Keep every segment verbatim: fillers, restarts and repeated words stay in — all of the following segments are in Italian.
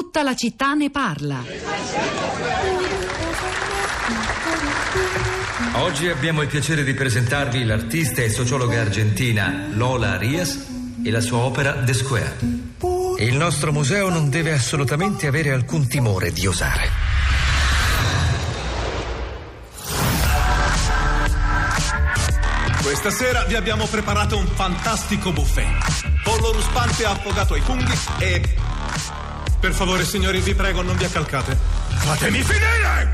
Tutta la città ne parla. Oggi abbiamo il piacere di presentarvi l'artista e sociologa argentina Lola Arias e la sua opera The Square. Il nostro museo non deve assolutamente avere alcun timore di osare. Questa sera vi abbiamo preparato un fantastico buffet. Pollo ruspante affogato ai funghi e... Per favore, signori, vi prego, non vi accalcate. Fatemi finire!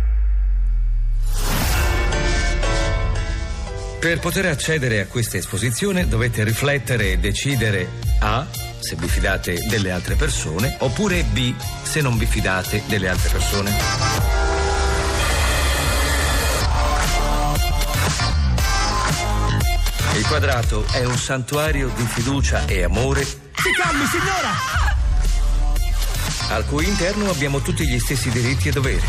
Per poter accedere a questa esposizione dovete riflettere e decidere A. se vi fidate delle altre persone, oppure B. se non vi fidate delle altre persone. Il quadrato è un santuario di fiducia e amore. Si calmi, signora! Al cui interno abbiamo tutti gli stessi diritti e doveri.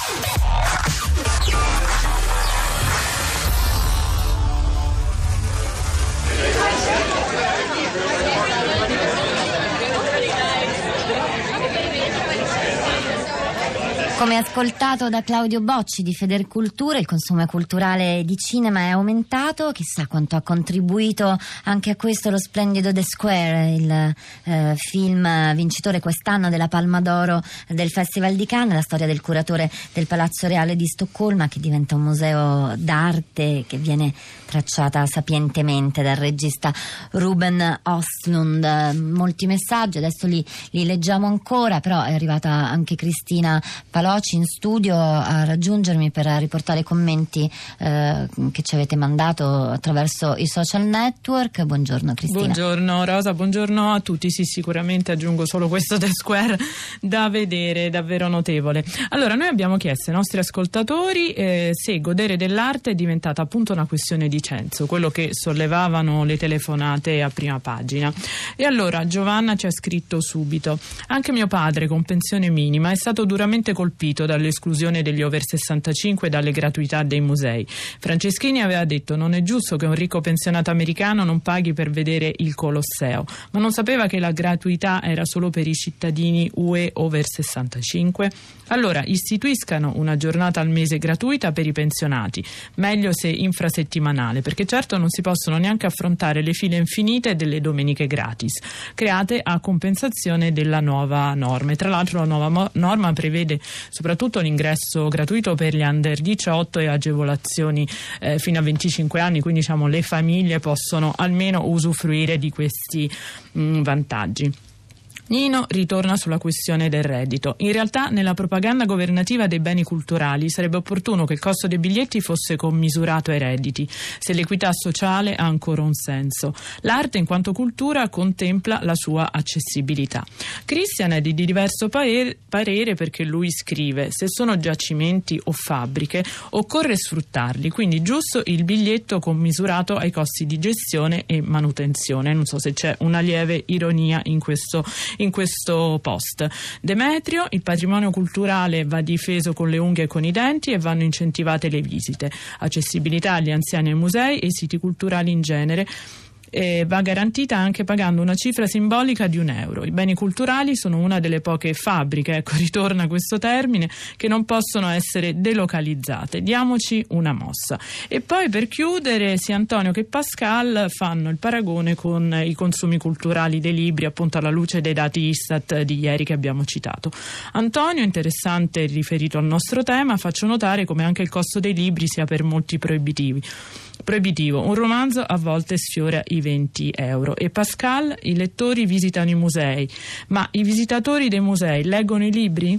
Come ascoltato da Claudio Bocci di Federcultura, il consumo culturale di cinema è aumentato. Chissà quanto ha contribuito anche a questo lo splendido The Square, il eh, film vincitore quest'anno della Palma d'Oro del Festival di Cannes, la storia del curatore del Palazzo Reale di Stoccolma, che diventa un museo d'arte che viene tracciata sapientemente dal regista Ruben Östlund. Molti messaggi, adesso li, li leggiamo ancora, però è arrivata anche Cristina Palò in studio a raggiungermi per riportare i commenti eh, che ci avete mandato attraverso i social network. Buongiorno Cristina. Buongiorno Rosa, buongiorno a tutti. Sì, sicuramente aggiungo solo questo The Square da vedere, davvero notevole. Allora, noi abbiamo chiesto ai nostri ascoltatori eh, se godere dell'arte è diventata appunto una questione di censo, quello che sollevavano le telefonate a prima pagina. E allora Giovanna ci ha scritto subito: anche mio padre, con pensione minima, è stato duramente colpito dall'esclusione degli over sessantacinque dalle gratuità dei musei. Franceschini aveva detto: non è giusto che un ricco pensionato americano non paghi per vedere il Colosseo, ma non sapeva che la gratuità era solo per i cittadini U E over sessantacinque? Allora istituiscano una giornata al mese gratuita per i pensionati, meglio se infrasettimanale, perché certo non si possono neanche affrontare le file infinite delle domeniche gratis, create a compensazione della nuova norma. E tra l'altro la nuova mo- norma prevede soprattutto l'ingresso gratuito per gli under diciotto e agevolazioni eh, fino a venticinque anni, quindi diciamo le famiglie possono almeno usufruire di questi mh, vantaggi. Nino ritorna sulla questione del reddito. In realtà nella propaganda governativa dei beni culturali sarebbe opportuno che il costo dei biglietti fosse commisurato ai redditi, se l'equità sociale ha ancora un senso. L'arte in quanto cultura contempla la sua accessibilità. Christian è di diverso parere, parere perché lui scrive: se sono giacimenti o fabbriche occorre sfruttarli, quindi giusto il biglietto commisurato ai costi di gestione e manutenzione. Non so se c'è una lieve ironia in questo in questo post. Demetrio: il patrimonio culturale va difeso con le unghie e con i denti e vanno incentivate le visite. Accessibilità agli anziani ai musei e ai siti culturali in genere Eh, va garantita anche pagando una cifra simbolica di un euro. I beni culturali sono una delle poche fabbriche, ecco, ritorna questo termine, che non possono essere delocalizzate. Diamoci una mossa. E poi per chiudere, sia Antonio che Pascal fanno il paragone con i consumi culturali dei libri, appunto alla luce dei dati Istat di ieri che abbiamo citato. Antonio, interessante riferito al nostro tema, faccio notare come anche il costo dei libri sia per molti proibitivi. Proibitivo. Un romanzo a volte sfiora i venti euro. E Pascal: i lettori visitano i musei, ma i visitatori dei musei leggono i libri?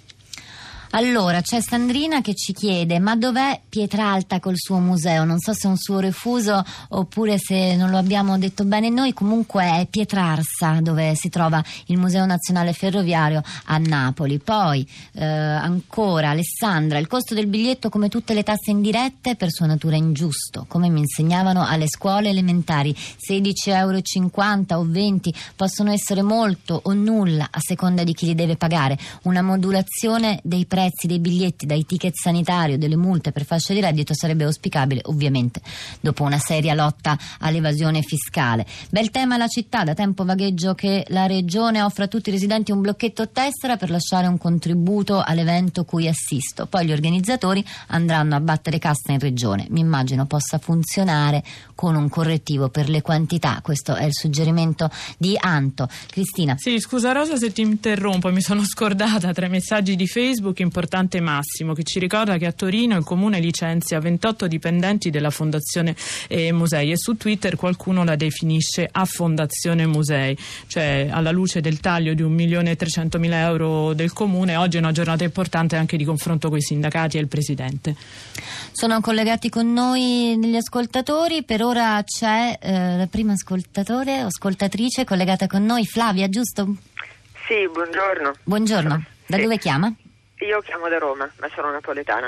Allora, c'è Sandrina che ci chiede: ma dov'è Pietralta col suo museo? Non so se è un suo refuso oppure se non lo abbiamo detto bene noi. Comunque è Pietrarsa, dove si trova il Museo Nazionale Ferroviario a Napoli. Poi eh, ancora Alessandra: il costo del biglietto, come tutte le tasse indirette, per sua natura è ingiusto, come mi insegnavano alle scuole elementari. sedici euro e cinquanta o venti possono essere molto o nulla a seconda di chi li deve pagare. Una modulazione dei prezzi prezzi dei biglietti, dai ticket sanitario, delle multe per fascia di reddito sarebbe auspicabile, ovviamente dopo una seria lotta all'evasione fiscale. Bel tema la città, da tempo vagheggio che la regione offre a tutti i residenti un blocchetto tessera per lasciare un contributo all'evento cui assisto. Poi gli organizzatori andranno a battere cassa in regione. Mi immagino possa funzionare con un correttivo per le quantità. Questo è il suggerimento di Anto. Cristina. Sì, scusa Rosa se ti interrompo, mi sono scordata tra i messaggi di Facebook. Importante Massimo che ci ricorda che a Torino il comune licenzia ventotto dipendenti della Fondazione eh, Musei, e su Twitter qualcuno la definisce a Fondazione Musei, cioè alla luce del taglio di un milione e trecentomila euro del comune. Oggi è una giornata importante anche di confronto con i sindacati e il presidente. Sono collegati con noi gli ascoltatori. Per ora c'è eh, la prima ascoltatore o ascoltatrice collegata con noi, Flavia, giusto? Sì, buongiorno. Buongiorno. Da sì. Dove chiama? Io chiamo da Roma, ma sono napoletana.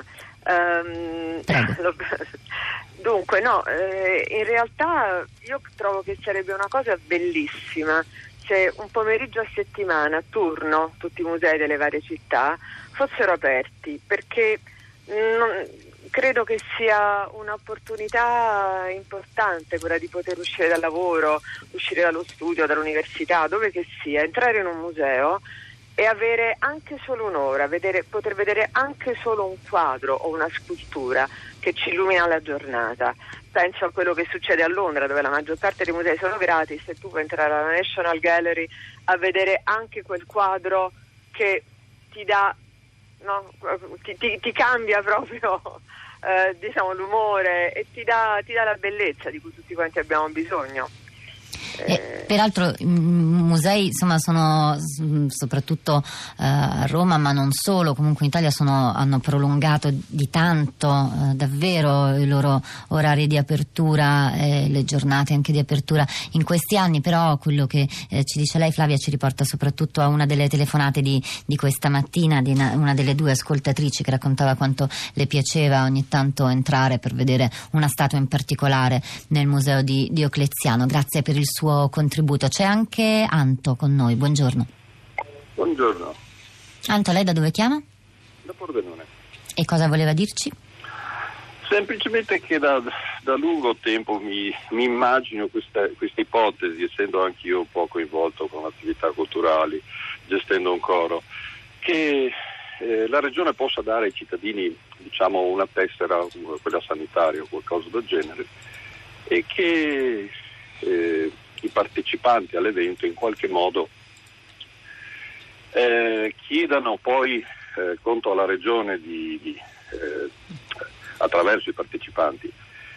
Um, Prego. Dunque, no, eh, in realtà io trovo che sarebbe una cosa bellissima se un pomeriggio a settimana, a turno, tutti i musei delle varie città fossero aperti, perché non, credo che sia un'opportunità importante quella di poter uscire dal lavoro, uscire dallo studio, dall'università, dove che sia, entrare in un museo e avere anche solo un'ora, vedere, poter vedere anche solo un quadro o una scultura che ci illumina la giornata. Penso a quello che succede a Londra, dove la maggior parte dei musei sono gratis e tu puoi entrare alla National Gallery a vedere anche quel quadro che ti dà, no, ti, ti, ti cambia proprio eh, diciamo l'umore e ti dà, ti dà la bellezza di cui tutti quanti abbiamo bisogno. Eh, peraltro i musei, insomma, sono soprattutto eh, a Roma, ma non solo, comunque in Italia sono, hanno prolungato di tanto eh, davvero i loro orari di apertura e le giornate anche di apertura in questi anni. Però quello che eh, ci dice lei, Flavia, ci riporta soprattutto a una delle telefonate di, di questa mattina di una, una delle due ascoltatrici che raccontava quanto le piaceva ogni tanto entrare per vedere una statua in particolare nel museo di Diocleziano. Grazie per il suo contributo. C'è anche Anto con noi, buongiorno. Buongiorno. Anto, lei da dove chiama? Da Pordenone. E cosa voleva dirci? Semplicemente che da, da lungo tempo mi, mi immagino questa, questa ipotesi, essendo anch'io un po' coinvolto con attività culturali, gestendo un coro, che eh, la regione possa dare ai cittadini, diciamo, una tessera, quella sanitaria o qualcosa del genere, e che eh, i partecipanti all'evento in qualche modo eh, chiedano poi eh, conto alla regione di, di eh, attraverso i partecipanti,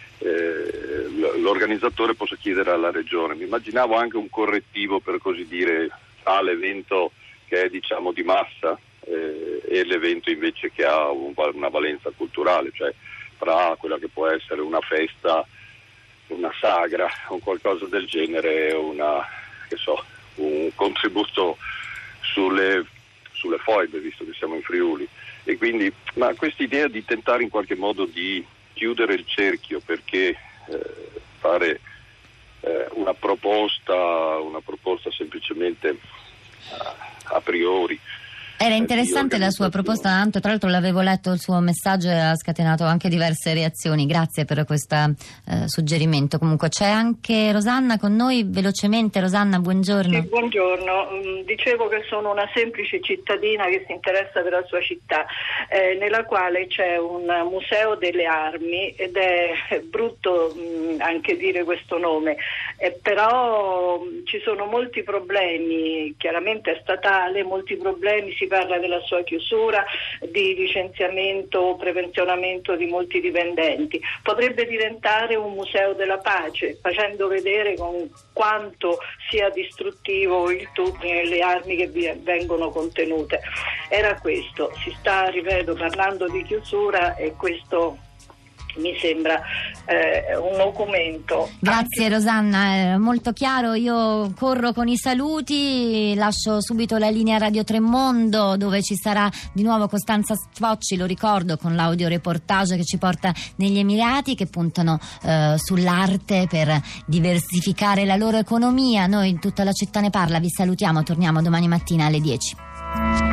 eh, l'organizzatore possa chiedere alla regione. Mi immaginavo anche un correttivo, per così dire, all'evento che è, diciamo, di massa eh, e l'evento invece che ha un, una valenza culturale, cioè fra quella che può essere una festa, una sagra o qualcosa del genere, una, che so, un contributo sulle, sulle foibe, visto che siamo in Friuli. E quindi, ma questa idea di tentare in qualche modo di chiudere il cerchio, perché eh, fare eh, una proposta, una proposta semplicemente a, a priori. Era interessante la sua proposta, Anto, tra l'altro l'avevo letto il suo messaggio e ha scatenato anche diverse reazioni. Grazie per questo eh, suggerimento. Comunque c'è anche Rosanna con noi, velocemente. Rosanna, buongiorno. Sì, buongiorno. Dicevo che sono una semplice cittadina che si interessa della sua città, eh, nella quale c'è un museo delle armi ed è brutto mh, anche dire questo nome, eh, però mh, ci sono molti problemi, chiaramente è statale, molti problemi, si parla della sua chiusura, di licenziamento o prepensionamento di molti dipendenti. Potrebbe diventare un museo della pace, facendo vedere con quanto sia distruttivo il tutto e le armi che vi vengono contenute. Era questo, si sta, ripeto, parlando di chiusura e questo mi sembra eh, un documento. Grazie anche... Rosanna, è molto chiaro. Io corro con i saluti, lascio subito la linea Radio Tremondo, dove ci sarà di nuovo Costanza Sfocci, lo ricordo, con l'audioreportage che ci porta negli Emirati, che puntano eh, sull'arte per diversificare la loro economia. Noi in Tutta la città ne parla vi salutiamo, torniamo domani mattina alle dieci.